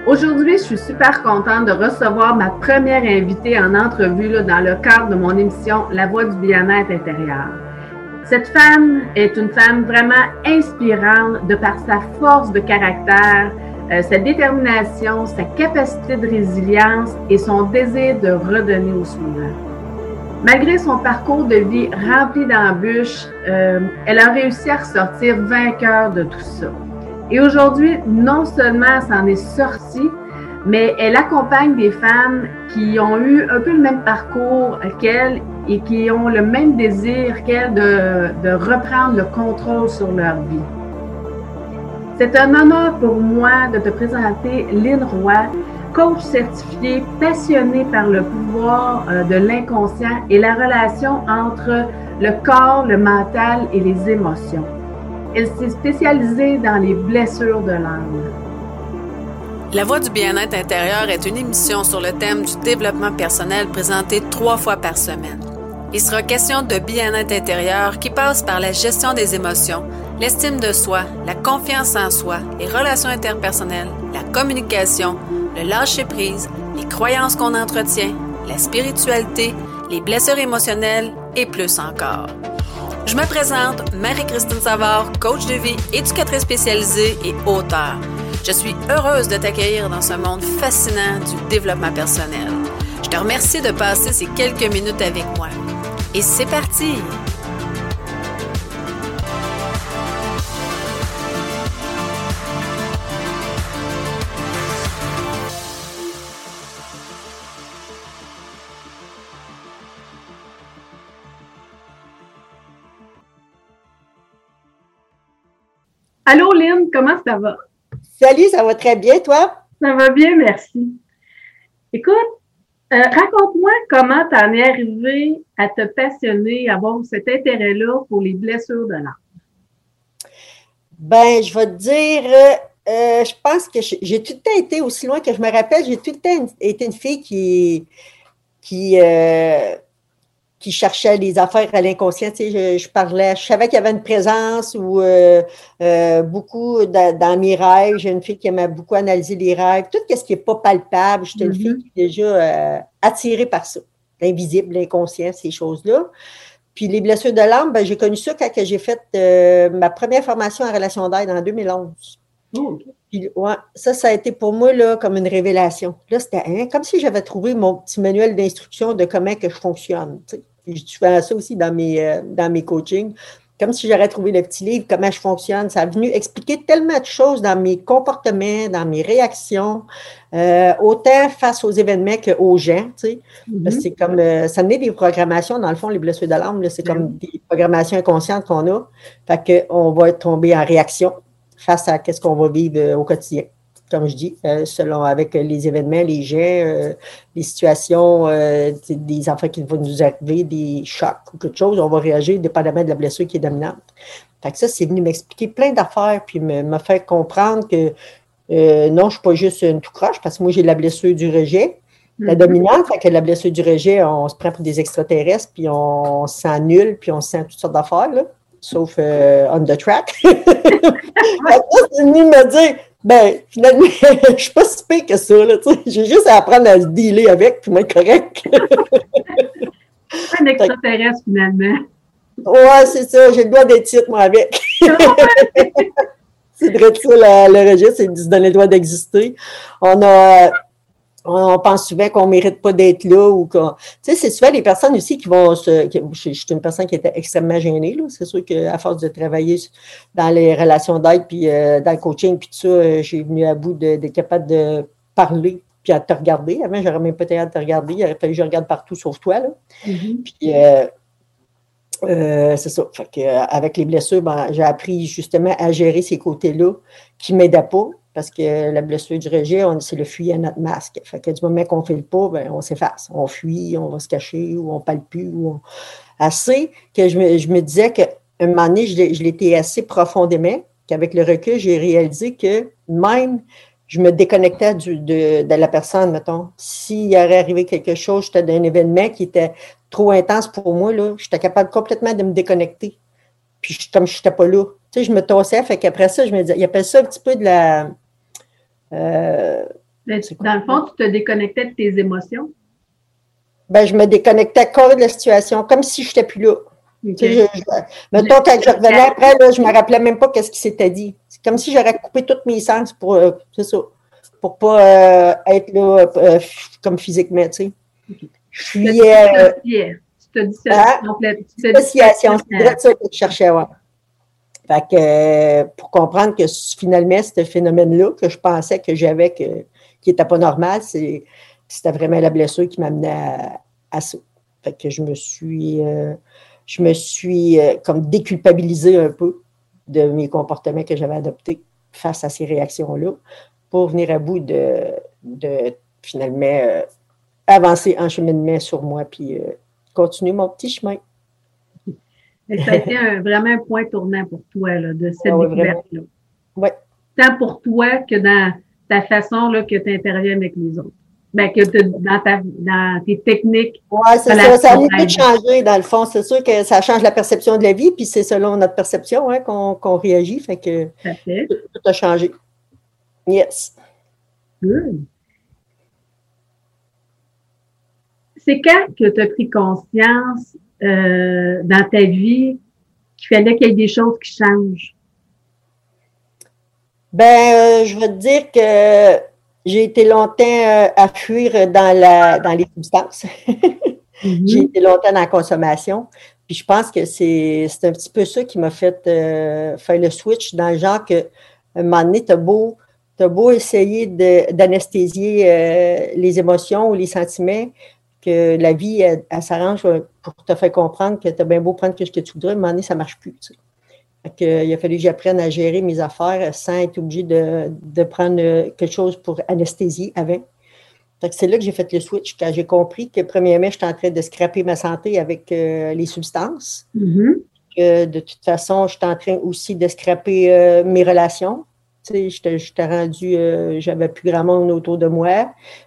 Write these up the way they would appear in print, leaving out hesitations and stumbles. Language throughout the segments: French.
Aujourd'hui, je suis super contente de recevoir ma première invitée en entrevue dans le cadre de mon émission La Voix du bien-être intérieur. Cette femme est une femme vraiment inspirante de par sa force de caractère, sa détermination, sa capacité de résilience et son désir de redonner au suivant. Malgré son parcours de vie rempli d'embûches, elle a réussi à ressortir vainqueur de tout ça. Et aujourd'hui, non seulement elle s'en est sortie, mais elle accompagne des femmes qui ont eu un peu le même parcours qu'elle et qui ont le même désir qu'elle de reprendre le contrôle sur leur vie. C'est un honneur pour moi de te présenter Lynn Roy, coach certifiée, passionnée par le pouvoir de l'inconscient et la relation entre le corps, le mental et les émotions. Elle s'est spécialisée dans les blessures de l'âme. La Voix du bien-être intérieur est une émission sur le thème du développement personnel présentée 3 fois par semaine. Il sera question de bien-être intérieur qui passe par la gestion des émotions, l'estime de soi, la confiance en soi, les relations interpersonnelles, la communication, le lâcher-prise, les croyances qu'on entretient, la spiritualité, les blessures émotionnelles et plus encore. Je me présente, Marie-Christine Savard, coach de vie, éducatrice spécialisée et auteure. Je suis heureuse de t'accueillir dans ce monde fascinant du développement personnel. Je te remercie de passer ces quelques minutes avec moi. Et c'est parti! Allô Lynn, comment ça va? Salut, ça va très bien, toi? Ça va bien, merci. Écoute, raconte-moi comment tu en es arrivée à te passionner, à avoir cet intérêt-là pour les blessures de l'âme. Ben, je vais te dire, je pense que j'ai tout le temps été, aussi loin que je me rappelle, j'ai tout le temps été une fille qui cherchait les affaires à l'inconscient. Tu sais, je parlais, je savais qu'il y avait une présence ou beaucoup dans mes rêves. J'ai une fille qui aimait beaucoup analyser les rêves. Tout ce qui n'est pas palpable, j'étais une fille qui est déjà attirée par ça. L'invisible, l'inconscient, ces choses-là. Puis les blessures de l'âme, ben, j'ai connu ça quand j'ai fait ma première formation en relation d'aide en 2011. Puis, ouais, ça a été pour moi là, comme une révélation. Là, c'était comme si j'avais trouvé mon petit manuel d'instruction de comment que je fonctionne. Tu sais. Je fais ça aussi dans mes coachings. Comme si j'aurais trouvé le petit livre, comment je fonctionne. Ça a venu expliquer tellement de choses dans mes comportements, dans mes réactions, autant face aux événements qu'aux gens. Tu sais. Parce que c'est comme, ça naît des programmations, dans le fond, les blessures de l'âme, c'est comme des programmations inconscientes qu'on a. Fait qu'on va tomber en réaction face à ce qu'on va vivre au quotidien. Comme je dis, selon avec les événements, les gens, les situations, des enfants qui vont nous arriver, des chocs ou quelque chose, on va réagir dépendamment de la blessure qui est dominante. Fait que ça, c'est venu m'expliquer plein d'affaires, puis me faire comprendre que non, je ne suis pas juste une tout croche, parce que moi, j'ai la blessure du rejet, la dominante, fait que la blessure du rejet, on se prend pour des extraterrestres, puis on se sent nul, puis on se sent toutes sortes d'affaires, là, sauf on the track. C'est venu me dire, ben, finalement, je ne suis pas si pire que ça, là, tu sais. J'ai juste à apprendre à se dealer avec, puis m'être correct. Un extraterrestre, finalement. Ouais, c'est ça, j'ai le droit d'être titre, moi, avec. C'est vrai que ça, le registre, c'est de se donner le droit d'exister. On pense souvent qu'on ne mérite pas d'être là ou qu'on. Tu sais, c'est souvent les personnes aussi qui vont je suis une personne qui était extrêmement gênée, là. C'est sûr qu'à force de travailler dans les relations d'aide, puis dans le coaching, puis tout ça, j'ai venu à bout d'être capable de parler, puis à te regarder. Avant, j'aurais même pas été à te regarder. Il aurait fallu que je regarde partout sauf toi, là. Puis, c'est ça. Fait que, avec les blessures, ben, j'ai appris justement à gérer ces côtés-là qui ne m'aidaient pas. Parce que la blessure du rejet, c'est le fuir à notre masque. Fait que du moment qu'on ne fait le pas, ben, on s'efface. On fuit, on va se cacher, ou on ne parle plus. Assez que je me disais qu'à un moment donné, je l'étais assez profondément, qu'avec le recul, j'ai réalisé que même je me déconnectais de la personne, mettons. S'il y aurait arrivé quelque chose, j'étais dans un événement qui était trop intense pour moi, là, j'étais capable complètement de me déconnecter. Puis comme je n'étais pas là, tu sais, je me tassais. Fait qu'après ça, je me disais, il appelle ça un petit peu de la... Mais dans le fond, tu te déconnectais de tes émotions? Ben, je me déconnectais encore de la situation, comme si je n'étais plus là. Okay. Tu sais, mettons, quand je revenais après, là, je ne me rappelais même pas qu'est-ce qui s'était dit. C'est comme si j'aurais coupé tous mes sens pour, c'est ça, pour pas être là comme physiquement, tu sais. Okay. Je suis... Tu te dis ça complètement. Dissociation, c'est ça que je cherchais, ouais. Fait que pour comprendre que finalement, ce phénomène-là que je pensais que j'avais, qui n'était pas normal, c'était vraiment la blessure qui m'amenait à ça. Fait que je me suis comme déculpabilisée un peu de mes comportements que j'avais adoptés face à ces réactions-là pour venir à bout de finalement avancer en cheminement sur moi puis continuer mon petit chemin. Et ça a été vraiment un point tournant pour toi, là, de cette découverte-là. Oui. Tant pour toi que dans ta façon là, que tu interviens avec les autres. Bien, que dans tes techniques. Oui, c'est ça. Ça a tout changé, dans le fond. C'est sûr que ça change la perception de la vie, puis c'est selon notre perception qu'on réagit. Fait que tout a changé. Yes. Good. C'est quand que tu as pris conscience dans ta vie qu'il fallait qu'il y ait des choses qui changent? Ben, je vais te dire que j'ai été longtemps à fuir dans les substances. J'ai été longtemps dans la consommation. Puis je pense que c'est un petit peu ça qui m'a fait faire le switch dans le genre que à un moment donné, t'as beau essayer d'anesthésier les émotions ou les sentiments, que la vie, elle s'arrange pour te faire comprendre que tu as bien beau prendre ce que tu voudrais, à un moment donné, ça ne marche plus. Tu sais. Il a fallu que j'apprenne à gérer mes affaires sans être obligé de prendre quelque chose pour anesthésier avant. C'est là que j'ai fait le switch, quand j'ai compris que, premièrement, j'étais en train de scraper ma santé avec les substances. Que, de toute façon, j'étais en train aussi de scraper mes relations. Tu sais, j'étais rendue, j'avais plus grand monde autour de moi.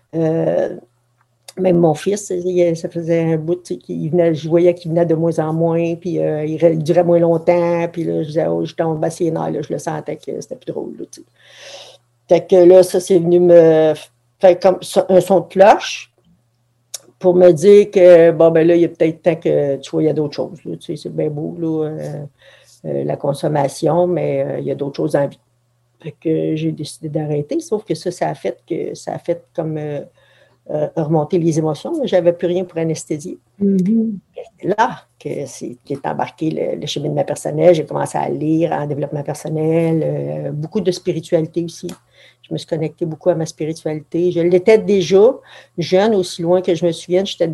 Même mon fils, ça faisait un bout, je voyais qu'il venait de moins en moins, puis il durait moins longtemps, puis là, je disais, oh, je tombe assez les nerfs, là, je le sentais que c'était plus drôle. Là, fait que là, ça, c'est venu me faire comme un son de cloche pour me dire que, bon, ben là, il y a peut-être temps que tu vois, il y a d'autres choses. Là, tu sais, c'est bien beau, là, la consommation, mais il y a d'autres choses en vie. Fait que j'ai décidé d'arrêter, sauf que ça a fait comme... remonter les émotions. Je n'avais plus rien pour anesthésier. C'est là qu'est embarqué le cheminement personnel. J'ai commencé à lire en développement personnel, beaucoup de spiritualité aussi. Je me suis connectée beaucoup à ma spiritualité. Je l'étais déjà jeune, aussi loin que je me souvienne. Je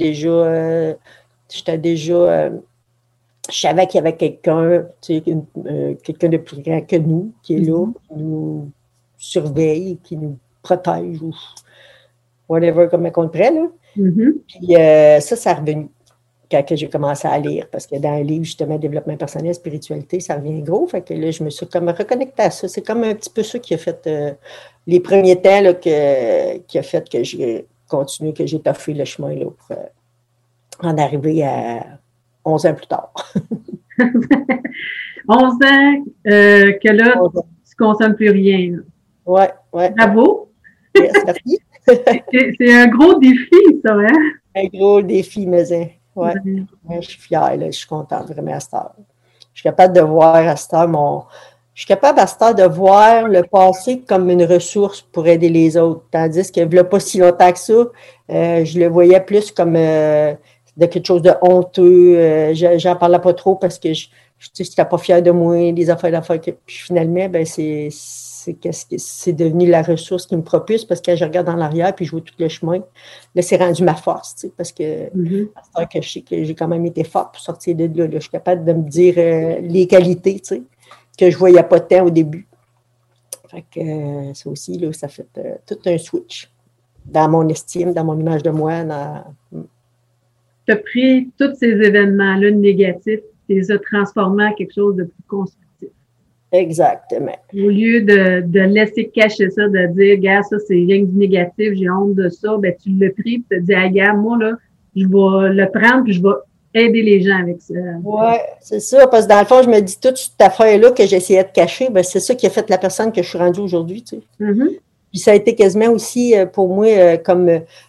savais qu'il y avait quelqu'un, tu sais, quelqu'un de plus grand que nous, qui est là, qui nous surveille, qui nous protège. Whatever, comme on le prend, là. Puis ça a revenu quand j'ai commencé à lire, parce que dans un livre, justement, développement personnel, spiritualité, ça revient gros. Fait que là, je me suis comme reconnectée à ça. C'est comme un petit peu ça qui a fait les premiers temps, là, qui a fait que j'ai continué, que j'ai taffé le chemin, là, pour en arriver à 11 ans plus tard. 11 ans que là, tu ne consommes plus rien. Oui. Bravo! Yes, merci. C'est un gros défi, ça, hein? Un gros défi, mais ouais. Je suis fière, là, je suis contente vraiment à cette heure. Je suis capable de voir à cette heure de voir le passé comme une ressource pour aider les autres. Tandis que, il n'y a pas si longtemps que ça, je le voyais plus comme de quelque chose de honteux. J'en parlais pas trop parce que je n'étais pas fière de moi, des affaires. Puis finalement, ben c'est devenu la ressource qui me propulse parce que je regarde en arrière puis je vois tout le chemin. Là, c'est rendu ma force, tu sais, parce que à ce que je sais que j'ai quand même été forte pour sortir de là. Je suis capable de me dire les qualités, tu sais, que je ne voyais pas tant au début. Fait que ça aussi, là, ça fait tout un switch dans mon estime, dans mon image de moi. Tu as pris tous ces événements-là négatifs, tu les as transformés en quelque chose de plus constructif. Exactement. Au lieu de laisser cacher ça, de dire, gars, ça, c'est rien que du négatif, j'ai honte de ça, ben, tu l'as pris, puis tu te dis, ah, gars, moi, là, je vais le prendre, puis je vais aider les gens avec ça. Oui, c'est ça, parce que dans le fond, je me dis, toute cette affaire-là que j'essayais de cacher, ben, c'est ça qui a fait la personne que je suis rendue aujourd'hui, tu sais. Puis ça a été quasiment aussi pour moi comme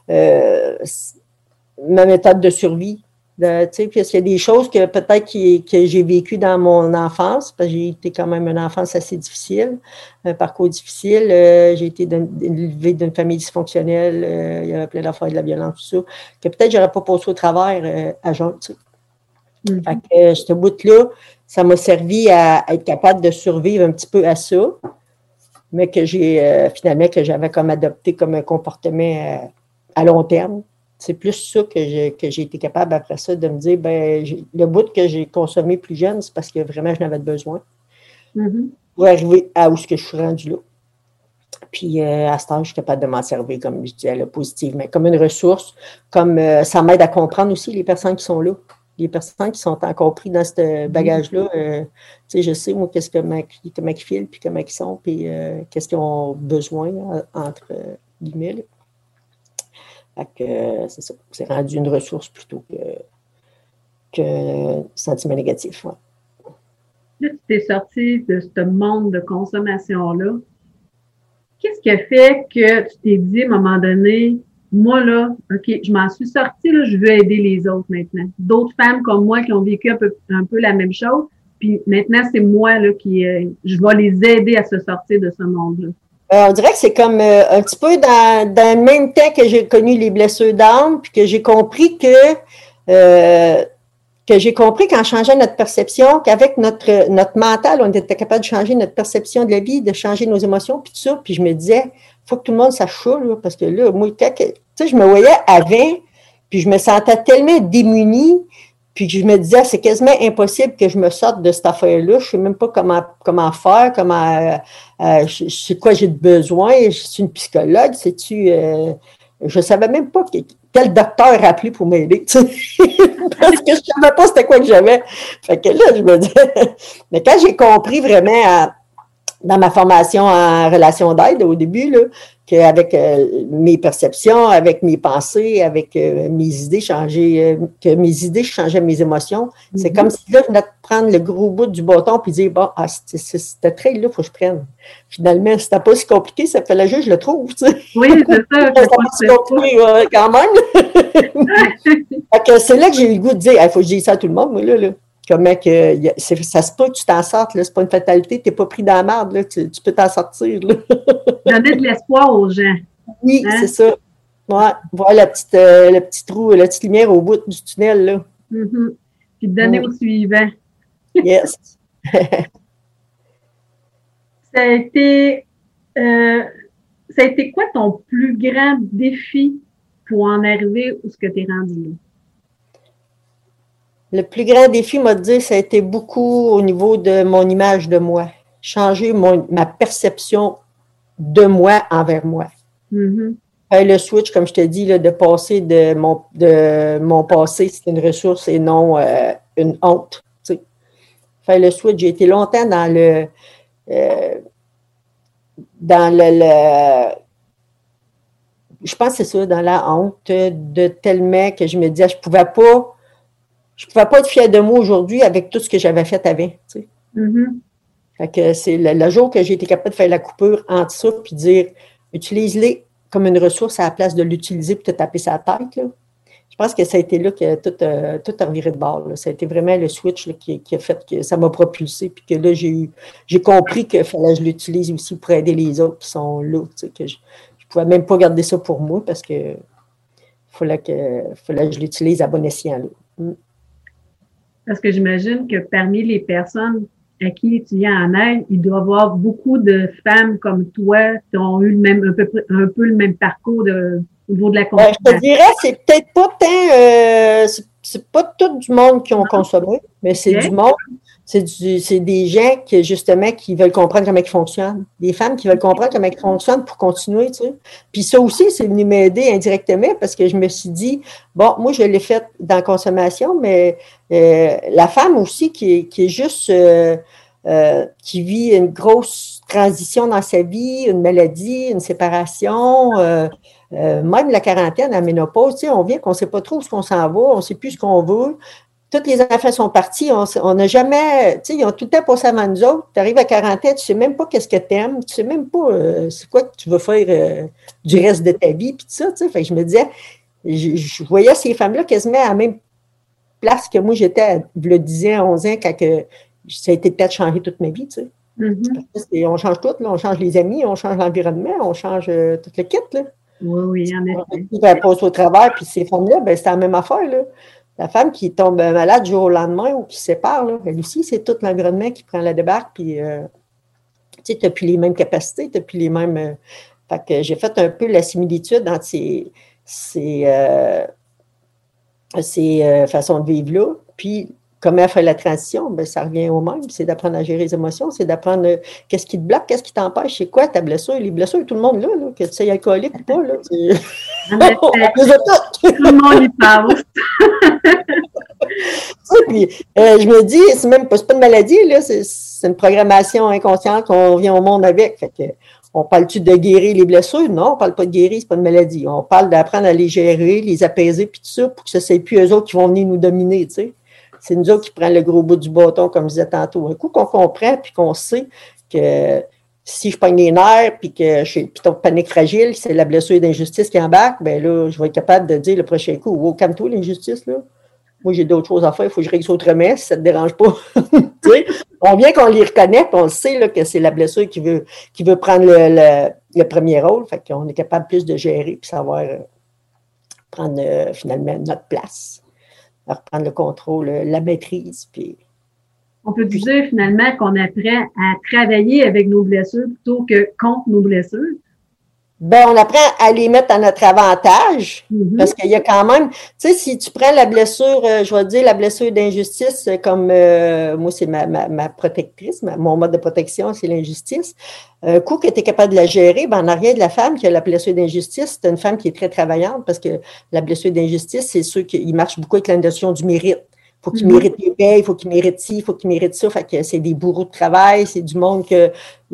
ma méthode de survie. Tu sais, puis il y a des choses que peut-être que j'ai vécues dans mon enfance, parce que j'ai été quand même une enfance assez difficile, un parcours difficile. J'ai été élevée d'une famille dysfonctionnelle, il y avait plein d'affaires, de la violence, tout ça, que peut-être je n'aurais pas passé au travers à jeun, tu sais. Fait que ce bout-là, ça m'a servi à être capable de survivre un petit peu à ça, mais que j'ai finalement que j'avais comme adopté comme un comportement à long terme. C'est plus ça que j'ai été capable après ça de me dire, ben le bout que j'ai consommé plus jeune, c'est parce que vraiment j'en avais besoin pour arriver à où je suis rendue là. Puis à ce temps, je suis capable de m'en servir, comme je disais, là, positivement, comme une ressource, comme ça m'aide à comprendre aussi les personnes qui sont là. Les personnes qui sont encore pris dans ce bagage-là, tu sais, je sais, moi, comment ils filent, puis comment ils sont, puis qu'est-ce qu'ils ont besoin, entre guillemets, là. Fait que c'est ça. C'est rendu une ressource plutôt que sentiment négatif. Ouais. Là, tu t'es sorti de ce monde de consommation-là. Qu'est-ce qui a fait que tu t'es dit à un moment donné, moi, là, OK, je m'en suis sortie, là, je veux aider les autres maintenant. D'autres femmes comme moi qui ont vécu un peu la même chose. Puis maintenant, c'est moi là je vais les aider à se sortir de ce monde-là. On dirait que c'est comme un petit peu dans le même temps que j'ai connu les blessures d'âme, puis que j'ai compris qu'en changeant notre perception, qu'avec notre mental, on était capable de changer notre perception de la vie, de changer nos émotions, puis tout ça. Puis je me disais, il faut que tout le monde sache ça, là, parce que là, moi, tu sais, je me voyais avant, puis je me sentais tellement démunie, puis je me disais, c'est quasiment impossible que je me sorte de cette affaire-là. Je ne sais même pas comment faire, je sais quoi j'ai de besoin. Je suis une psychologue, sais-tu? Je ne savais même pas quel docteur appeler pour m'aider, tu sais. Parce que je ne savais pas c'était quoi que j'avais. Fait que là, je me disais... Mais quand j'ai compris vraiment dans ma formation en relation d'aide au début, là, qu'avec mes perceptions, avec mes pensées, avec mes idées, que mes idées changeaient mes émotions. C'est comme si là, je venais de prendre le gros bout du bâton puis dire, bon, c'était très là, il faut que je prenne. Finalement, c'était pas si compliqué, ça fallait juste que je le trouve, tu sais. Oui, c'est ça. C'était pas si compliqué, quand même. Fait que c'est là que j'ai eu le goût de dire, il faut que je dise ça à tout le monde, moi, là. Comment que ça se peut que tu t'en sortes, là, c'est pas une fatalité, tu n'es pas pris dans la merde, là, tu peux t'en sortir. Là. Donner de l'espoir aux gens. Oui, c'est ça. Ouais, voir le petit trou, la petite lumière au bout du tunnel. Là. Puis donner au suivant. Yes. Ça a été quoi ton plus grand défi pour en arriver où ce que tu es rendu là? Le plus grand défi, m'a dit, ça a été beaucoup au niveau de mon image de moi. Changer ma perception de moi envers moi. Le switch, comme je te dis, là, de passer de mon passé, c'est une ressource et non une honte. Tu sais. Faire le switch, j'ai été longtemps dans le je pense que c'est ça, dans la honte de tellement que je me disais, je ne pouvais pas être fière de moi aujourd'hui avec tout ce que j'avais fait avant. Tu sais. Fait que c'est le jour que j'ai été capable de faire la coupure entre ça puis dire, utilise-les comme une ressource à la place de l'utiliser pour te taper sa tête. Là. Je pense que ça a été là que tout a reviré de bord. Là. Ça a été vraiment le switch là, qui a fait que ça m'a propulsé puis que là, j'ai compris qu'il fallait que je l'utilise aussi pour aider les autres qui sont là. Tu sais, que je ne pouvais même pas garder ça pour moi parce que fallait que je l'utilise à bon escient. Là. Parce que j'imagine que parmi les personnes à qui tu viens en aide, il doit y avoir beaucoup de femmes comme toi qui ont eu un peu le même parcours au niveau de la consommation. Je te dirais, c'est peut-être pas tant, c'est pas tout du monde qui ont consommé, mais c'est du monde, c'est des gens qui veulent comprendre comment ils fonctionnent. Des femmes qui veulent comprendre comment ils fonctionnent pour continuer, tu sais. Puis ça aussi, c'est venu m'aider indirectement parce que je me suis dit, bon, moi, je l'ai fait dans la consommation, mais la femme aussi qui est juste, qui vit une grosse transition dans sa vie, une maladie, une séparation, même la quarantaine, la ménopause, tu sais, on vient qu'on ne sait pas trop où on s'en va, on ne sait plus ce qu'on veut. tous les enfants sont partis. On n'a jamais, tu sais, ils ont tout le temps passé avant nous autres. Tu arrives à 40 ans, tu ne sais même pas qu'est-ce que tu aimes. Tu ne sais même pas c'est quoi que tu veux faire du reste de ta vie. Puis tout ça, tu sais. Fait que je me disais, je voyais ces femmes-là quasiment à la même place que moi, j'étais, je le disais à 11 ans, quand ça a été peut-être changé toute ma vie, tu sais. Mm-hmm. On change tout, là. On change les amis, on change l'environnement, on change tout le kit, là. Oui, en effet. Elle passe au travers, puis ces femmes-là, ben, c'est la même affaire, là. La femme qui tombe malade du jour au lendemain ou qui se sépare, là, elle aussi, c'est tout l'environnement qui prend la débarque, puis tu sais, tu n'as plus les mêmes capacités, tu n'as plus les mêmes... fait que j'ai fait un peu la similitude entre ces façons de vivre-là, puis comment faire la transition, ben, ça revient au même, c'est d'apprendre à gérer les émotions, c'est d'apprendre qu'est-ce qui te bloque, qu'est-ce qui t'empêche, c'est quoi ta blessure, les blessures, tout le monde là, que tu sais alcoolique ou pas, là, tout le monde y parle. Puis, je me dis, c'est pas une maladie, là, c'est une programmation inconsciente qu'on vient au monde avec, fait que on parle-tu de guérir les blessures? Non, on ne parle pas de guérir, c'est pas une maladie. On parle d'apprendre à les gérer, les apaiser, puis tout ça, pour que ce ne soit plus eux autres qui vont venir nous dominer, tu sais. C'est nous autres qui prennent le gros bout du bâton, comme je disais tantôt. Un coup qu'on comprend, puis qu'on sait que si je pogne les nerfs, puis que je suis plutôt panique fragile, c'est la blessure d'injustice qui embarque, bien là, je vais être capable de dire le prochain coup, oh, calme-toi, l'injustice, là. Moi, j'ai d'autres choses à faire, il faut que je règle ça autrement, si ça ne te dérange pas. Tu sais, on vient qu'on les reconnaît, puis on sait là, que c'est la blessure qui veut prendre le premier rôle. Fait qu'on est capable plus de gérer puis savoir prendre finalement notre place, reprendre le contrôle, la maîtrise. Puis... On peut dire finalement qu'on apprend à travailler avec nos blessures plutôt que contre nos blessures. Ben, on apprend à les mettre à notre avantage, parce qu'il y a quand même, tu sais, si tu prends la blessure, je vais dire la blessure d'injustice, comme moi, c'est ma protectrice, mon mode de protection, c'est l'injustice. Un coup que tu es capable de la gérer, ben, en arrière de la femme qui a la blessure d'injustice, c'est une femme qui est très travaillante, parce que la blessure d'injustice, c'est ceux qui marchent beaucoup avec la notion du mérite. Il faut qu'ils méritent les payes, il faut qu'ils méritent ci, il faut qu'ils méritent ça. Fait que c'est des bourreaux de travail, c'est du monde que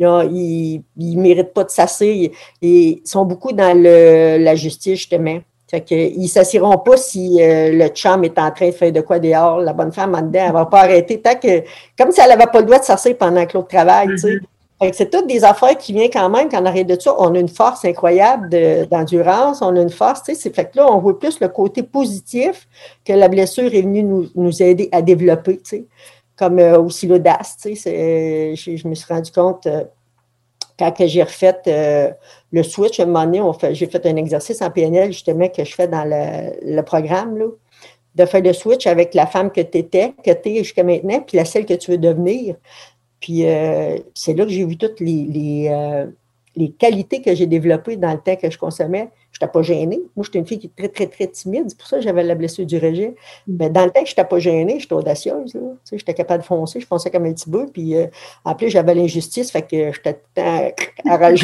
ils méritent pas de s'asseoir. Ils sont beaucoup dans la justice, justement. Fait que ils s'assiront pas si le chum est en train de faire de quoi dehors. La bonne femme en dedans, elle va pas arrêter. Tant que, comme si elle n'avait pas le droit de s'asseoir pendant que l'autre travaille, tu sais. Fait que c'est toutes des affaires qui viennent quand même, qu'en arrière de ça, on a une force incroyable d'endurance, on a une force, tu sais, fait que là, on voit plus le côté positif que la blessure est venue nous aider à développer, tu sais, comme aussi l'audace, tu sais, je me suis rendu compte, quand j'ai refait le switch, à un moment donné, j'ai fait un exercice en PNL, justement, que je fais dans le programme, là, de faire le switch avec la femme que tu étais, que tu es jusqu'à maintenant, puis celle que tu veux devenir. Puis c'est là que j'ai vu toutes les qualités que j'ai développées dans le temps que je consommais. Je n'étais pas gênée. Moi, j'étais une fille qui est très, très, très timide. C'est pour ça que j'avais la blessure du rejet. Mais dans le temps que je n'étais pas gênée, j'étais audacieuse. Là. Tu sais, j'étais capable de foncer. Je fonçais comme un petit peu. Puis en plus, j'avais l'injustice. Fait que j'étais tout le temps arrangée.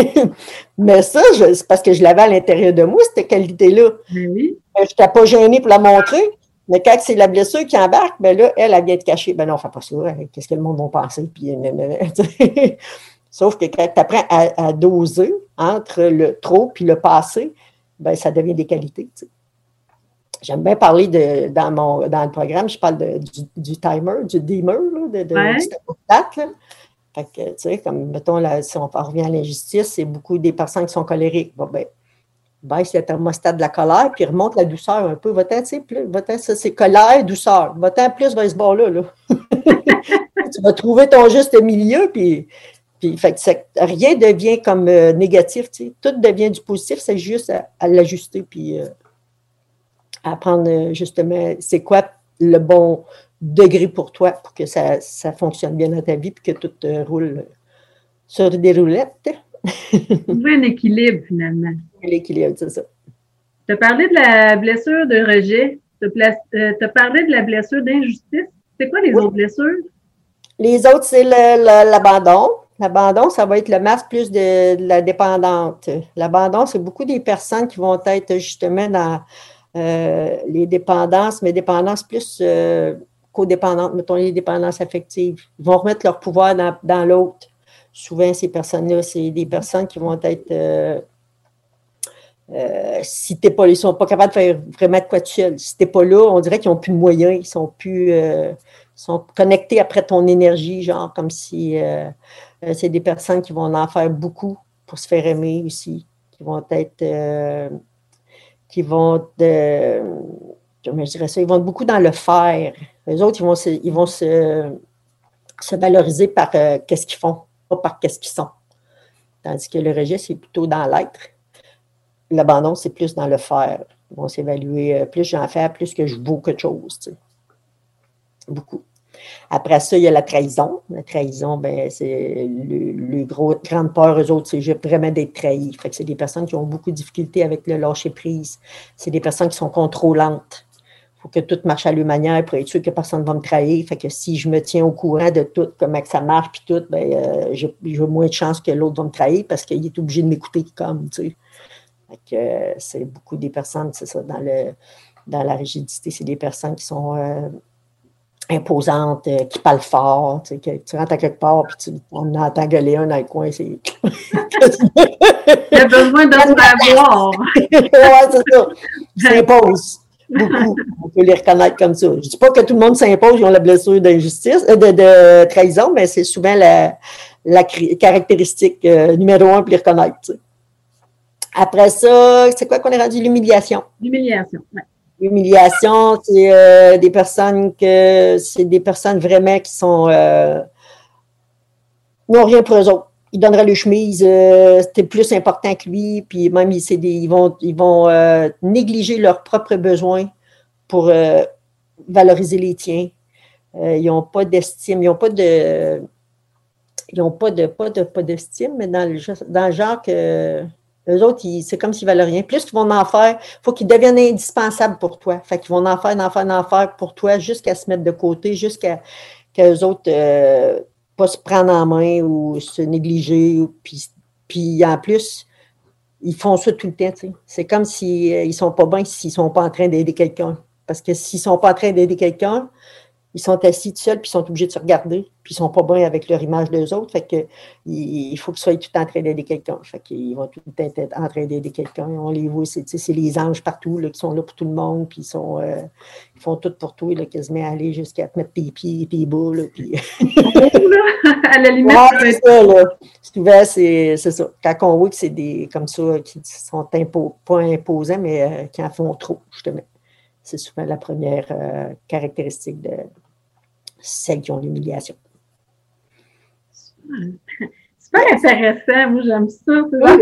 Mais ça, c'est parce que je l'avais à l'intérieur de moi, cette qualité-là. Oui. Je n'étais pas gênée pour la montrer. Mais quand c'est la blessure qui embarque, ben là, elle vient de cacher. Ben non, fais pas ça. Qu'est-ce que le monde va penser? Puis, sauf que quand tu apprends à doser entre le trop et le passé, ben ça devient des qualités. Tu sais. J'aime bien parler dans le programme, je parle du timer, du dimmer, là, du thermostat. Fait que, tu sais, comme, mettons, là, si on revient à l'injustice, c'est beaucoup des personnes qui sont colériques. Bon, ben, baisse le thermostat de la colère, puis remonte la douceur un peu. Va-t'en, tu sais, plus, va-t'en, ça, c'est colère, douceur. Va-t'en plus vers ce bord-là, là. Tu vas trouver ton juste milieu, puis fait que rien ne devient comme négatif, tu sais. Tout devient du positif, c'est juste à l'ajuster, puis à apprendre, justement, c'est quoi le bon degré pour toi, pour que ça fonctionne bien dans ta vie, puis que tout roule sur des roulettes. Trouver un équilibre, finalement. L'équilibre, c'est ça. Tu as parlé de la blessure de rejet. Tu as parlé de la blessure d'injustice. C'est quoi les autres blessures? Les autres, c'est l'abandon. L'abandon, ça va être le masque plus de la dépendante. L'abandon, c'est beaucoup des personnes qui vont être justement dans les dépendances, mais dépendances plus codépendantes, mettons les dépendances affectives. Ils vont remettre leur pouvoir dans l'autre. Souvent, ces personnes-là, c'est des personnes qui vont être Si t'es pas là, ils sont pas capables de faire vraiment de quoi tout seul. Si t'es pas là, on dirait qu'ils n'ont plus de moyens, ils sont connectés après ton énergie, genre comme si c'est des personnes qui vont en faire beaucoup pour se faire aimer aussi, qui vont être, comment je dirais ça, ils vont être beaucoup dans le faire. Les autres, ils vont se valoriser par qu'est-ce qu'ils font, pas par qu'est-ce qu'ils sont. Tandis que le rejet, c'est plutôt dans l'être. L'abandon, c'est plus dans le faire. Ils vont s'évaluer, plus j'en fais, plus que je vaux quelque chose. Tu sais. Beaucoup. Après ça, il y a la trahison. La trahison, ben, c'est grande peur, eux autres, c'est vraiment d'être trahis. Fait que c'est des personnes qui ont beaucoup de difficultés avec le lâcher-prise. C'est des personnes qui sont contrôlantes. Il faut que tout marche à leur manière pour être sûr que personne ne va me trahir. Fait que si je me tiens au courant de tout, comment que ça marche, puis tout, ben, j'ai moins de chances que l'autre va me trahir parce qu'il est obligé de m'écouter comme, tu sais. Fait que c'est beaucoup des personnes, c'est ça, dans la rigidité, c'est des personnes qui sont imposantes, qui parlent fort, tu sais, que tu rentres à quelque part, puis on entend gueuler un dans le coin, c'est... Il a besoin de se faire voir. Oui, c'est ça. Ils s'imposent beaucoup. On peut les reconnaître comme ça. Je ne dis pas que tout le monde s'impose, ils ont la blessure d'injustice, de trahison, mais c'est souvent la caractéristique numéro 1 pour les reconnaître, tu sais. Après ça, c'est quoi qu'on est rendu? L'humiliation. L'humiliation, oui. L'humiliation, c'est des personnes vraiment qui sont n'ont rien pour eux autres. Ils donneraient les chemises, c'était plus important que lui, puis même ils vont négliger leurs propres besoins pour valoriser les tiens. Ils n'ont pas d'estime, ils n'ont pas d'estime, mais dans le genre que eux autres, c'est comme s'ils ne valent rien. Plus qu'ils vont en faire, il faut qu'ils deviennent indispensables pour toi. Fait qu'ils vont en faire pour toi jusqu'à se mettre de côté, jusqu'à qu'eux autres pas se prendre en main ou se négliger. Puis en plus, ils font ça tout le temps. Tu sais. C'est comme s'ils ne sont pas bien s'ils ne sont pas en train d'aider quelqu'un. Parce que s'ils ne sont pas en train d'aider quelqu'un, ils sont assis tout seuls, puis ils sont obligés de se regarder, puis ils ne sont pas bien avec leur image des autres. Fait que il faut qu'ils soient tout le temps en train d'aider quelqu'un. Fait qu'ils vont tout le temps être en train d'aider quelqu'un. On les voit, c'est les anges partout là, qui sont là pour tout le monde, puis ils font tout pour toi, là, quasiment aller jusqu'à te mettre tes pieds et tes bas. Là, puis... à la limite, c'est ça, là. Souvent, c'est ça. Quand on voit que c'est des comme ça qui sont pas imposants, mais qui en font trop, justement. C'est souvent la première caractéristique de celles qui ont l'humiliation. Super intéressant. Moi, j'aime ça.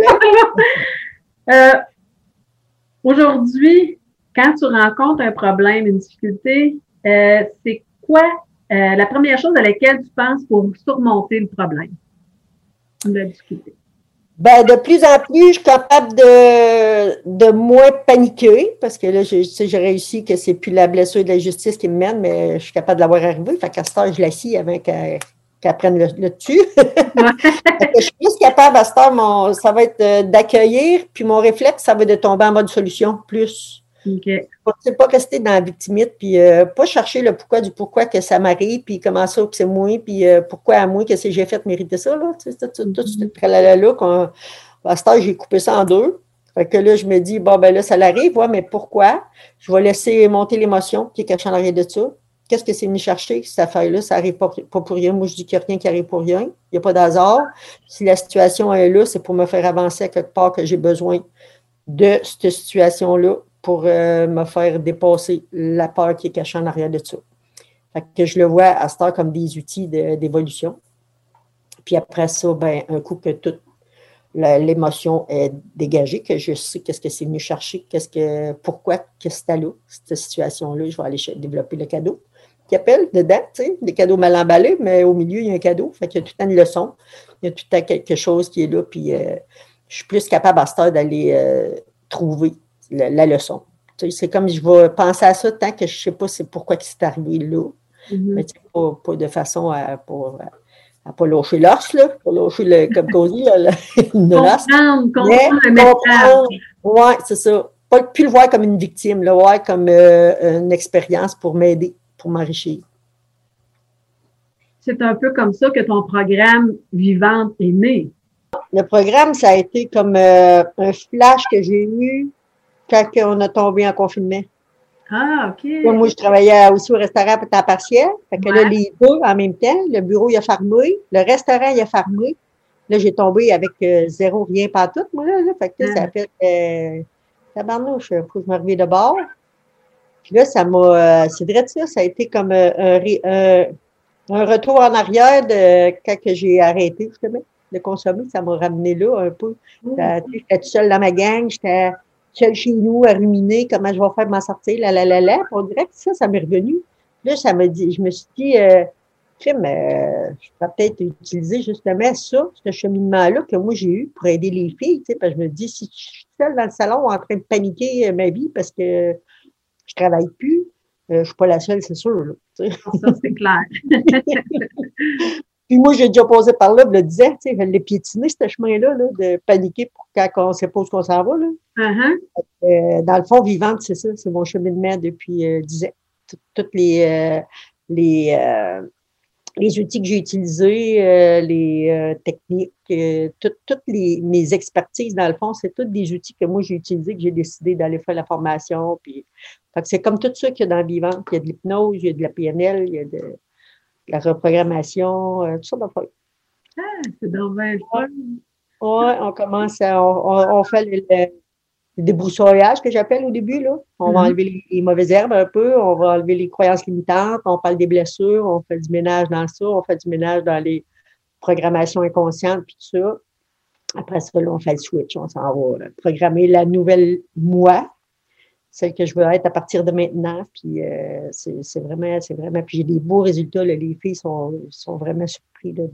Aujourd'hui, quand tu rencontres un problème, une difficulté, c'est quoi la première chose à laquelle tu penses pour surmonter le problème ou la difficulté? Ben, de plus en plus, je suis capable de moins paniquer parce que là, j'ai réussi que c'est plus la blessure de la justice qui me mène, mais je suis capable de l'avoir arrivé. Fait qu'à cette heure, je l'assis avant qu'elle prenne le dessus. Je suis plus capable à cette heure, ça va être d'accueillir, puis mon réflexe, ça va être de tomber en mode solution plus. Okay. C'est pas rester dans la victimite, puis pas chercher le pourquoi que ça m'arrive, puis comment ça que c'est moi, puis pourquoi à moi que j'ai fait mériter ça, là. Tu sais, tout ce tralala-là, à ce temps, j'ai coupé ça en deux. Fait que là, je me dis, bon, ben là, ça l'arrive, ouais, mais pourquoi? Je vais laisser monter l'émotion qui est cachée en arrière de ça. Qu'est-ce que c'est venu chercher, cette affaire-là? Ça n'arrive pas pour rien. Moi, je dis qu'il n'y a rien qui arrive pour rien. Il n'y a pas d'hasard. Si la situation est là, c'est pour me faire avancer à quelque part que j'ai besoin de cette situation-là pour me faire dépasser la peur qui est cachée en arrière de ça. Fait que je le vois à cette heure comme des outils d'évolution. Puis après ça, ben, un coup que toute l'émotion est dégagée, que je sais qu'est-ce que c'est venu chercher, pourquoi c'est là, cette situation-là, je vais aller développer le cadeau qui appelle dedans, tu sais, des cadeaux mal emballés, mais au milieu, il y a un cadeau. Fait qu'il y a tout le temps une leçon, il y a tout le temps quelque chose qui est là, puis je suis plus capable à cette heure d'aller trouver la leçon. Tu sais, c'est comme je vais penser à ça tant que je ne sais pas c'est pourquoi c'est arrivé là. Mm-hmm. Mais tu sais, pas de façon à pas lâcher l'os, là, pas lâcher comme qu'on dit, une race. Comprendre. Oui, c'est ça. Pas plus le voir comme une victime, le voir comme une expérience pour m'aider, pour m'enrichir. C'est un peu comme ça que ton programme Vivante est né. Le programme, ça a été comme un flash que j'ai eu quand on a tombé en confinement. Ah, OK. Moi, je travaillais aussi au restaurant à temps partiel. Fait que là, les deux en même temps, le bureau, il a fermé, le restaurant, il a fermé. Là, j'ai tombé avec zéro, rien, pas tout, moi, là. Fait que là, ça a fait tabarnouche, faut que je me revienne de bord. Puis là, ça m'a, c'est vrai de ça a été comme un retour en arrière de quand que j'ai arrêté, justement, de consommer. Ça m'a ramené là un peu. J'étais toute seule dans ma gang, j'étais seule chez nous à ruminer comment je vais faire m'en sortir, Puis on dirait que ça m'est revenu. Là, ça m'a dit, je me suis dit, je pourrais peut-être utiliser justement ça, ce cheminement-là que moi j'ai eu pour aider les filles, tu sais, parce que je me dis, si je suis seule dans le salon en train de paniquer ma vie parce que je travaille plus, je suis pas la seule, c'est sûr. Là, ça, c'est clair. Puis moi, j'ai déjà passé par là, je le disais, tu sais, je l'ai piétiné, ce chemin-là, là, de paniquer pour quand on ne sait pas où on s'en va. Là. Uh-huh. Dans le fond, vivante, c'est ça, c'est mon cheminement depuis 10 ans. Toutes les outils que j'ai utilisés, les techniques, toutes mes expertises, dans le fond, c'est tous des outils que moi j'ai utilisés, que j'ai décidé d'aller faire la formation. Puis, fait que c'est comme tout ça qu'il y a dans Vivante. Il y a de l'hypnose, il y a de la PNL, il y a de la reprogrammation, tout ça d'affaires. Ah, c'est donc bien le fun. Oui, on commence on fait le débroussaillage que j'appelle au début, là. On va enlever les mauvaises herbes un peu, on va enlever les croyances limitantes, on parle des blessures, on fait du ménage dans ça, on fait du ménage dans les programmations inconscientes, puis tout ça. Après ça, là, on fait le switch, on s'en va là, programmer la nouvelle moi, celle que je veux être à partir de maintenant, puis c'est vraiment, puis j'ai des beaux résultats, là, les filles sont vraiment surpris là,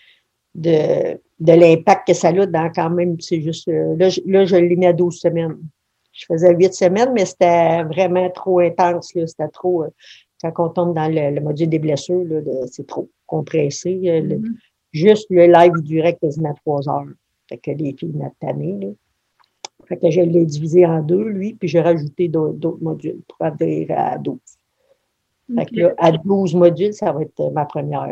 de l'impact que ça a dans quand même, c'est juste, là, je l'ai mis à 12 semaines. Je faisais 8 semaines, mais c'était vraiment trop intense, là, c'était trop, quand on tombe dans le module des blessures, là, c'est trop compressé. Juste le live durait quasiment 3 heures. Fait que les filles m'ont tanné, là. Fait que je l'ai divisé en 2, lui, puis j'ai rajouté d'autres modules pour adhérer à 12. Fait que là, à 12 modules, ça va être ma première, là.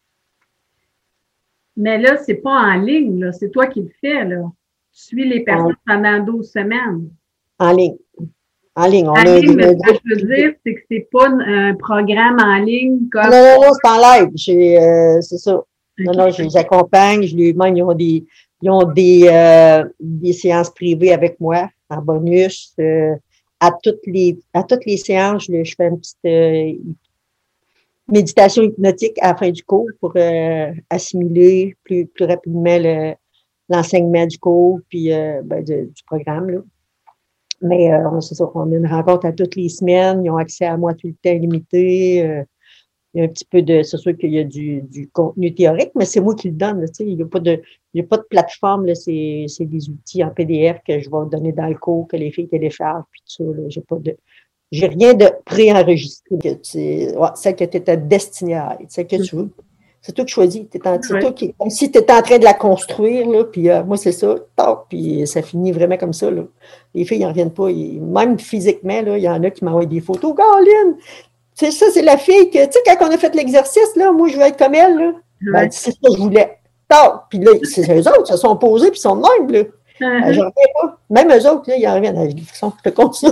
Mais là, c'est pas en ligne, là. C'est toi qui le fais, là. Tu suis les personnes pendant 12 semaines. En ligne. En ligne. En ligne, mais ce que je veux dire, c'est que c'est pas un programme en ligne comme... Non, c'est en live. C'est ça. Okay. Non, je les accompagne. Ils ont des séances privées avec moi en bonus. À toutes les séances, je fais une petite méditation hypnotique à la fin du cours pour assimiler plus rapidement l'enseignement du cours puis du programme. Là. Mais c'est ça, on a une rencontre à toutes les semaines. Ils ont accès à moi tout le temps illimité. Il y a un petit peu c'est sûr qu'il y a du contenu théorique, mais c'est moi qui le donne. Là, il n'y a pas de plateforme. Là, c'est des outils en PDF que je vais donner dans le cours, que les filles téléchargent, puis tout ça. Là, j'ai rien de préenregistré. Celle que tu étais destinée à être, celle que tu veux. C'est toi qui choisis. C'est toi qui, comme si tu étais en train de la construire, là, puis moi, c'est ça, puis ça finit vraiment comme ça. Là. Les filles n'en reviennent pas. Même physiquement, là, il y en a qui m'envoient des photos. Caroline, c'est ça, c'est la fille que, tu sais, quand on a fait l'exercice, là, moi, je veux être comme elle. Là. Ben, c'est ça que je voulais. Puis là, c'est eux autres, se sont posés, puis ils sont de même, là. Je reviens pas. Même eux autres, là, ils en reviennent. De toute façon, je te compte ça.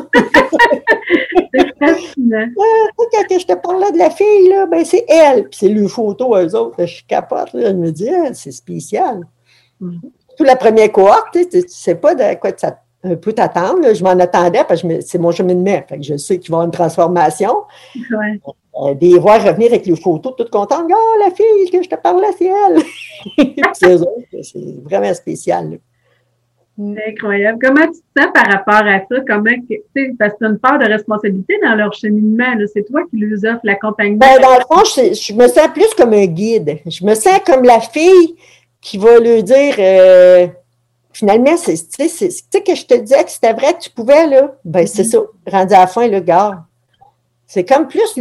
C'est fascinant. Quand je te parlais de la fille, là, ben c'est elle. Puis c'est le photo, eux autres. Là, je capote. Là, je me dis, c'est spécial. Tout la première cohorte, tu sais pas de quoi ça un peu t'attendre. Là. Je m'en attendais parce que c'est mon cheminement. Fait que je sais qu'il va y avoir une transformation. Ouais. Des voir revenir avec les photos, toutes contentes. Oh, la fille que je te parlais, c'est elle. C'est eux autres. C'est vraiment spécial. Là. C'est incroyable. Comment tu te sens par rapport à ça? Parce que tu as une part de responsabilité dans leur cheminement. Là. C'est toi qui leur offres l'accompagnement. Ben, dans le fond, je me sens plus comme un guide. Je me sens comme la fille qui va lui dire finalement, tu sais que je te disais que c'était vrai que tu pouvais, là. Ben, c'est ça. Rendu à la fin, le gars. C'est comme plus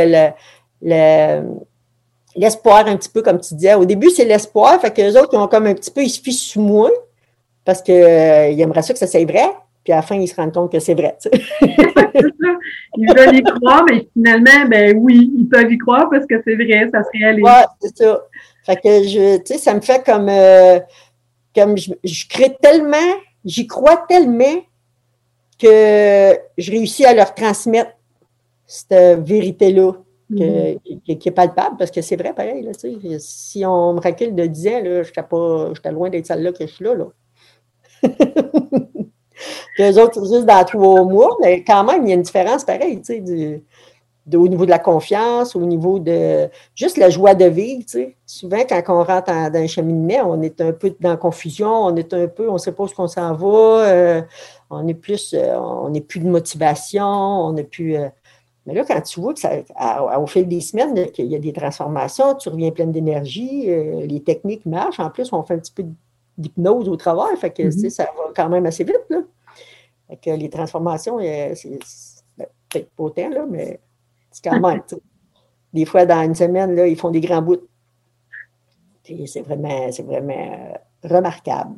l'espoir, un petit peu, comme tu disais. Au début, c'est l'espoir. Fait que les autres, ils ont comme un petit peu, ils se fient sur moi. Parce qu'ils aimeraient ça que ça soit vrai, puis à la fin, ils se rendent compte que c'est vrai. Tu sais. C'est ça. Ils veulent y croire, mais finalement, ben oui, ils peuvent y croire parce que c'est vrai, ça se réalise. Oui, c'est ça. Fait que, tu sais, ça me fait comme comme je crée tellement, j'y crois tellement que je réussis à leur transmettre cette vérité-là qui est palpable, parce que c'est vrai, pareil, là, tu sais, si on me recule de 10 ans, là, j'étais loin d'être celle-là que je suis là. Les autres, juste dans 3 mois, mais quand même, il y a une différence pareille, tu sais, au niveau de la confiance, au niveau de juste la joie de vivre, tu sais. Souvent, quand on rentre dans un cheminement, on est un peu dans la confusion, on ne sait pas où on s'en va, on n'est plus de motivation, on n'est plus... mais là, quand tu vois que au fil des semaines, qu'il y a des transformations, tu reviens pleine d'énergie, les techniques marchent. En plus, on fait un petit peu d'hypnose au travail, fait que tu sais, ça va quand même assez vite, là. Fait que les transformations, c'est peut-être pas autant, là, mais c'est quand même, tu sais. Des fois, dans une semaine, là, ils font des grands bouts. Et c'est vraiment remarquable.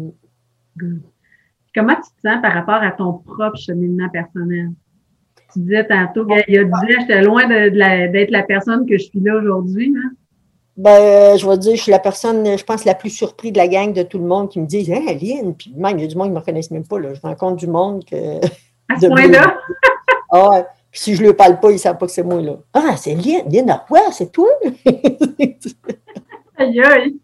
Comment tu te sens par rapport à ton propre cheminement personnel? Tu disais tantôt qu'il y a 10 ans, j'étais loin d'être la personne que je suis là aujourd'hui. Hein? Ben, je vais dire, je suis la personne, je pense, la plus surprise de la gang de tout le monde qui me dit « Hein, Lynn? » Puis même, il y a du monde qui ne me reconnaissent même pas. Là. Je rencontre du monde que... À ce point-là? Ah ouais. Puis si je ne lui parle pas, ils ne savent pas que c'est moi, là. « Ah, c'est Lynn. Lynn, ouais, c'est toi? » Aïe, aïe!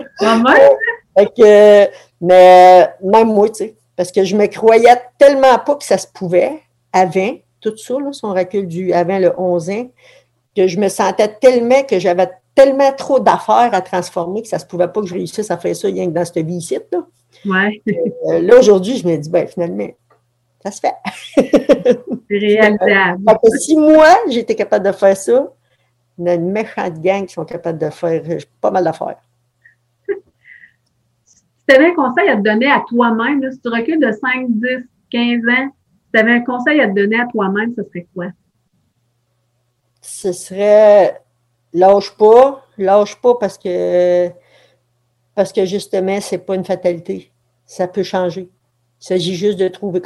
Mais même moi, tu sais, parce que je me croyais tellement pas que ça se pouvait avant, tout ça, là, son recul avant le 11 ans, que je me sentais tellement que j'avais tellement trop d'affaires à transformer que ça se pouvait pas que je réussisse à faire ça rien que dans cette vie-ci, là. Ouais. Là, aujourd'hui, je me dis, ben finalement, ça se fait. C'est réalisable. Si moi, j'étais capable de faire ça, il y a une méchante gang qui sont capables de faire pas mal d'affaires. Si tu avais un conseil à te donner à toi-même, là, si tu recules de 5, 10, 15 ans, si tu avais un conseil à te donner à toi-même, ce serait quoi? Ce serait lâche pas parce que justement, c'est pas une fatalité. Ça peut changer. Il s'agit juste de trouver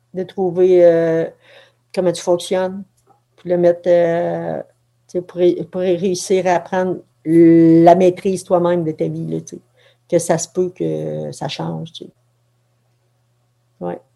comment tu fonctionnes, puis le mettre pour réussir à prendre la maîtrise toi-même de ta vie, là, que ça se peut que ça change. Ouais.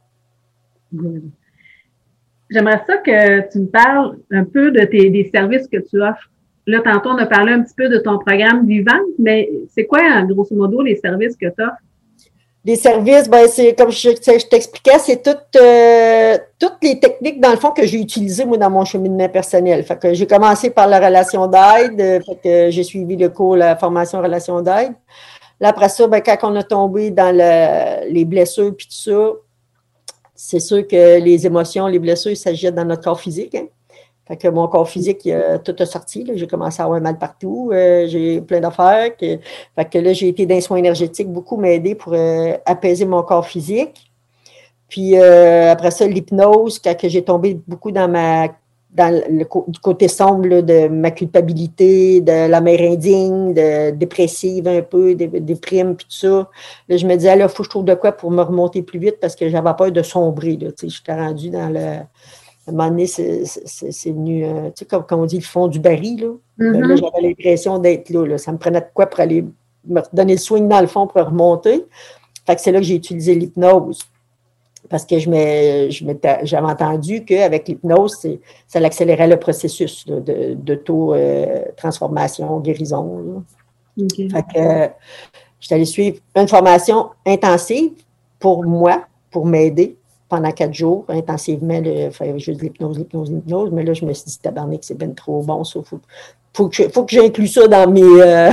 J'aimerais ça que tu me parles un peu des services que tu offres. Là, tantôt, on a parlé un petit peu de ton programme Vivante, mais c'est quoi, grosso modo, les services que tu offres? Les services, ben c'est comme je t'expliquais, c'est toutes les techniques, dans le fond, que j'ai utilisées, moi, dans mon cheminement personnel. Fait que j'ai commencé par la relation d'aide, fait que j'ai suivi le cours, la formation relation d'aide. Là, après ça, ben, quand on a tombé dans les blessures puis tout ça, c'est sûr que les émotions, les blessures, ça jette dans notre corps physique, hein. Fait que mon corps physique, tout a sorti. J'ai commencé à avoir mal partout. J'ai plein d'affaires. Fait que là, j'ai été dans les soins énergétiques, beaucoup m'aider pour apaiser mon corps physique. Puis après ça, l'hypnose, quand j'ai tombé beaucoup du côté sombre là, de ma culpabilité, de la mère indigne, de dépressive un peu, des primes, puis tout ça. Là, je me disais, là, il faut que je trouve de quoi pour me remonter plus vite parce que j'avais peur de sombrer. Là, j'étais rendue dans le... À un moment donné, c'est venu, tu sais, comme on dit, le fond du baril, là. Mm-hmm. Là, j'avais l'impression d'être là. Ça me prenait de quoi pour aller me donner le swing dans le fond pour remonter. Fait que c'est là que j'ai utilisé l'hypnose. Parce que j'avais entendu qu'avec l'hypnose, ça accélérait le processus d'auto-transformation, guérison. Okay. Fait que j'étais allée suivre une formation intensive pour moi, pour m'aider. Pendant 4 jours, intensivement, faire juste l'hypnose. Mais là, je me suis dit, tabarnak, c'est bien trop bon, ça. Faut que j'inclue ça dans mes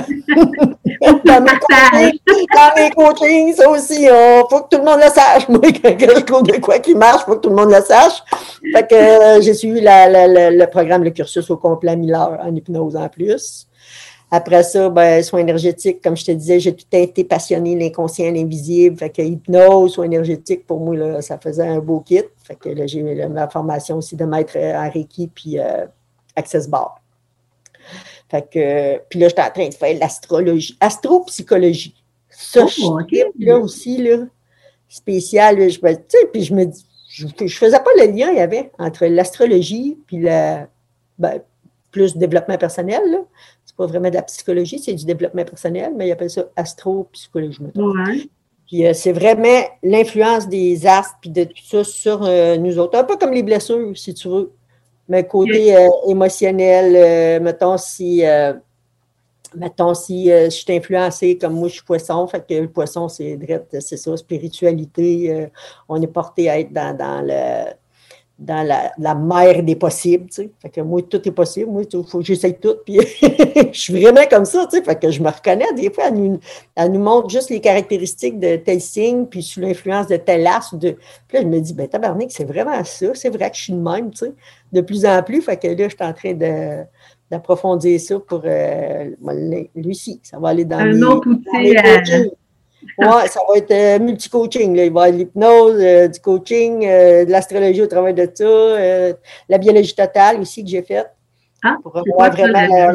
coachings, ça aussi. Faut que tout le monde le sache. Moi, quand je trouve de quoi qui marche, faut que tout le monde le sache. Fait que j'ai suivi le programme, le cursus au complet 1000 heures en hypnose en plus. Après ça, ben, soins énergétiques, comme je te disais, j'ai tout été passionnée, l'inconscient, l'invisible. Fait que hypnose, soins énergétiques, pour moi, là, ça faisait un beau kit. Fait que là, j'ai ma formation aussi de maître en Reiki puis Access Bar. Fait que, puis là, j'étais en train de faire l'astrologie, astropsychologie. Ça, là aussi, là, spécial. Là, puis je me dis, je faisais pas le lien, il y avait, entre l'astrologie puis plus développement personnel, là. C'est pas vraiment de la psychologie, c'est du développement personnel, mais ils appellent ça astropsychologie. Ouais. Puis c'est vraiment l'influence des astres puis de tout ça sur nous autres. Un peu comme les blessures, si tu veux. Mais côté émotionnel, mettons si je suis influencée, comme moi je suis poisson, fait que le poisson, c'est ça, spiritualité. On est porté à être dans la mer des possibles, tu sais. Fait que moi, tout est possible. Moi, il faut que j'essaye tout. Puis je suis vraiment comme ça, tu sais. Fait que je me reconnais. Des fois, elle nous montre juste les caractéristiques de tel signe, puis sous l'influence de tel astre. Puis là, je me dis, ben tabarnak, c'est vraiment ça. C'est vrai que je suis de même, tu sais. De plus en plus. Fait que là, je suis en train d'approfondir ça pour Lucie. Ça va aller dans un autre outil. Oui, ça va être multi-coaching. Il va y avoir de l'hypnose, du coaching, de l'astrologie au travers de ça, la biologie totale aussi que j'ai faite. Pour voir vraiment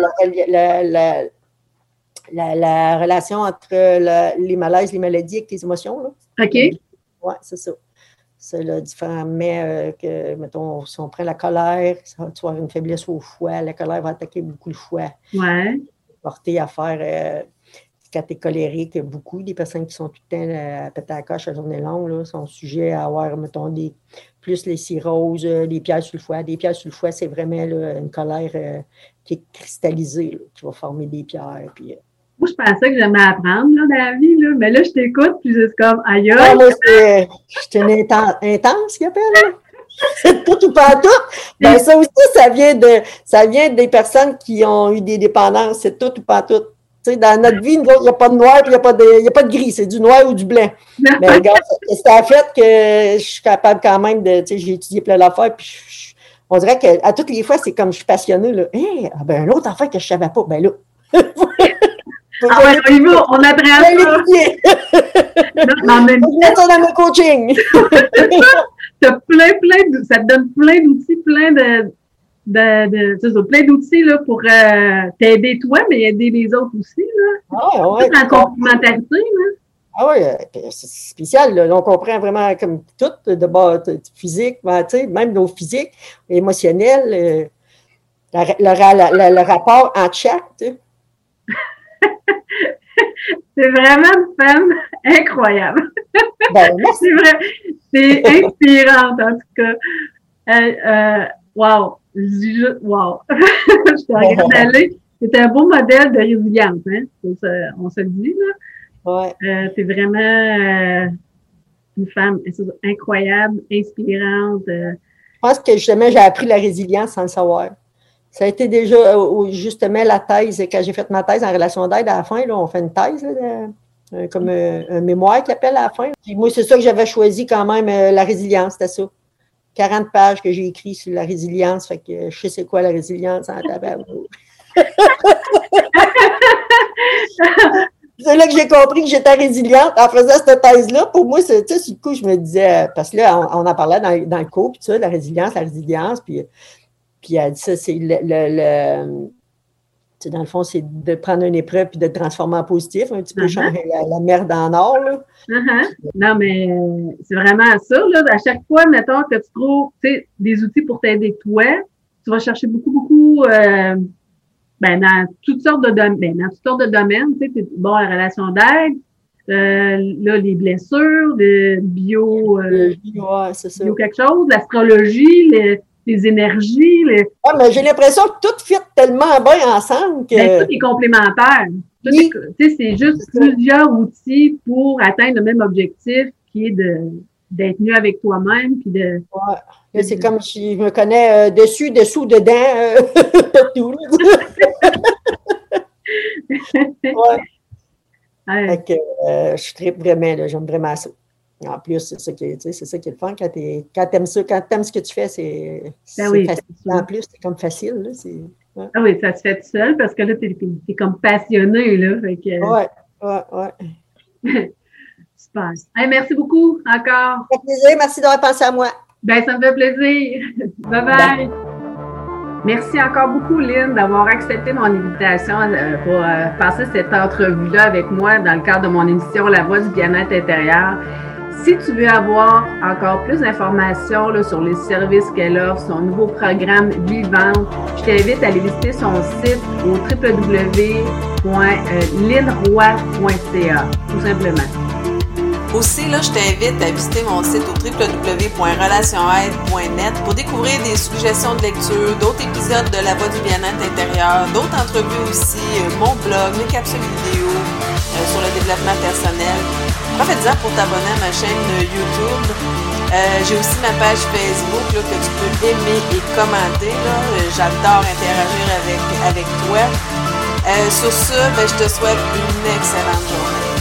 la relation entre les malaises, les maladies avec tes émotions. Là. OK. Oui, c'est ça. C'est le différent mais que, mettons, si on prend la colère, tu vas avoir une faiblesse au foie. La colère va attaquer beaucoup le foie. Oui. Porter à faire... quand tu es colérique, beaucoup des personnes qui sont tout le temps à péter à la coche à journée longue là, sont sujets à avoir, mettons, plus les cirrhoses, des pierres sur le foie. Des pierres sur le foie, c'est vraiment là, une colère qui est cristallisée, là, qui va former des pierres. Puis, moi, je pensais que j'aimais apprendre là, dans la vie, là, mais là, je t'écoute, puis c'est comme ailleurs. Moi, c'est une intense qu'il appelle. Là. C'est tout ou pas tout. Ben, ça aussi, ça vient des personnes qui ont eu des dépendances. C'est tout ou pas tout. Dans notre vie, il n'y a pas de noir et il n'y a pas de gris. C'est du noir ou du blanc. Mais regarde, c'est en fait que je suis capable quand même de... J'ai étudié plein d'affaires, puis on dirait qu'à toutes les fois, c'est comme je suis passionnée. Là. Hey, un autre affaire que je ne savais pas, ben là... on apprend ça. On met ça dans mon coaching. Ça te donne plein d'outils, plein d'outils là, pour t'aider toi, mais aider les autres aussi. Là. Ah, ouais. En complémentarité. Là. Ah oui, c'est spécial. Là. On comprend vraiment comme tout, de bord physique, même nos physiques, émotionnels, le rapport entre chaque. C'est vraiment une femme incroyable. Ben, c'est vrai. C'est inspirante, en tout cas. Wow! Je dis juste wow! Je te regarde aller. C'est un beau modèle de résilience, hein? On se le dit, là. Ouais. C'est vraiment une femme incroyable, inspirante. Je pense que justement, j'ai appris la résilience sans le savoir. Ça a été déjà justement la thèse, quand j'ai fait ma thèse en relation d'aide à la fin, là, on fait une thèse, là, comme un mémoire qu'ils appellent à la fin. Puis moi, c'est ça que j'avais choisi quand même, la résilience, c'était ça. 40 pages que j'ai écrit sur la résilience, fait que je sais c'est quoi la résilience en tabac. C'est là que j'ai compris que j'étais résiliente en faisant cette thèse-là. Pour moi, c'est, sur le coup, je me disais, parce que là, on en parlait dans le cours, puis ça, la résilience, puis elle dit ça, c'est dans le fond, c'est de prendre une épreuve puis de le transformer en positif, un petit peu changer la merde en or, là. Non, mais c'est vraiment ça, là. À chaque fois, mettons, que tu trouves, des outils pour t'aider toi, tu vas chercher beaucoup, dans toutes sortes de domaines, tu sais, bon, la relation d'aide, là, les blessures, le bio quelque chose, l'astrologie, les énergies. Mais j'ai l'impression que tout fit tellement bien ensemble que... tout est complémentaire. Oui. C'est juste plusieurs outils pour atteindre le même objectif qui est d'être mieux avec toi-même. Puis Là, c'est comme si je me connais dessus, dessous, dedans, tout. Fait que, je tripe vraiment, là, j'aime vraiment ça. En plus, c'est ça qui est le fun. Quand t'aimes ça, quand t'aimes ce que tu fais, c'est facile. En plus, c'est comme facile. Là, Ah oui, ça se fait tout seul parce que là, t'es comme passionné. Là, fait que... Ouais. Super. Hey, merci beaucoup encore. Ça fait plaisir. Merci d'avoir pensé à moi. Ben, ça me fait plaisir. Bye-bye. Merci encore beaucoup, Lynn, d'avoir accepté mon invitation pour passer cette entrevue-là avec moi dans le cadre de mon émission La Voix du bien-être intérieur. Si tu veux avoir encore plus d'informations là, sur les services qu'elle offre, son nouveau programme Vivante, je t'invite à aller visiter son site au www.linroy.ca, tout simplement. Aussi, là, je t'invite à visiter mon site au www.relationaide.net pour découvrir des suggestions de lecture, d'autres épisodes de La Voix du bien-être intérieur, d'autres entrevues aussi, mon blog, mes capsules vidéo sur le développement personnel. Profite-en pour t'abonner à ma chaîne YouTube. J'ai aussi ma page Facebook là, que tu peux aimer et commenter. Là. J'adore interagir avec toi. Sur ce, je te souhaite une excellente journée.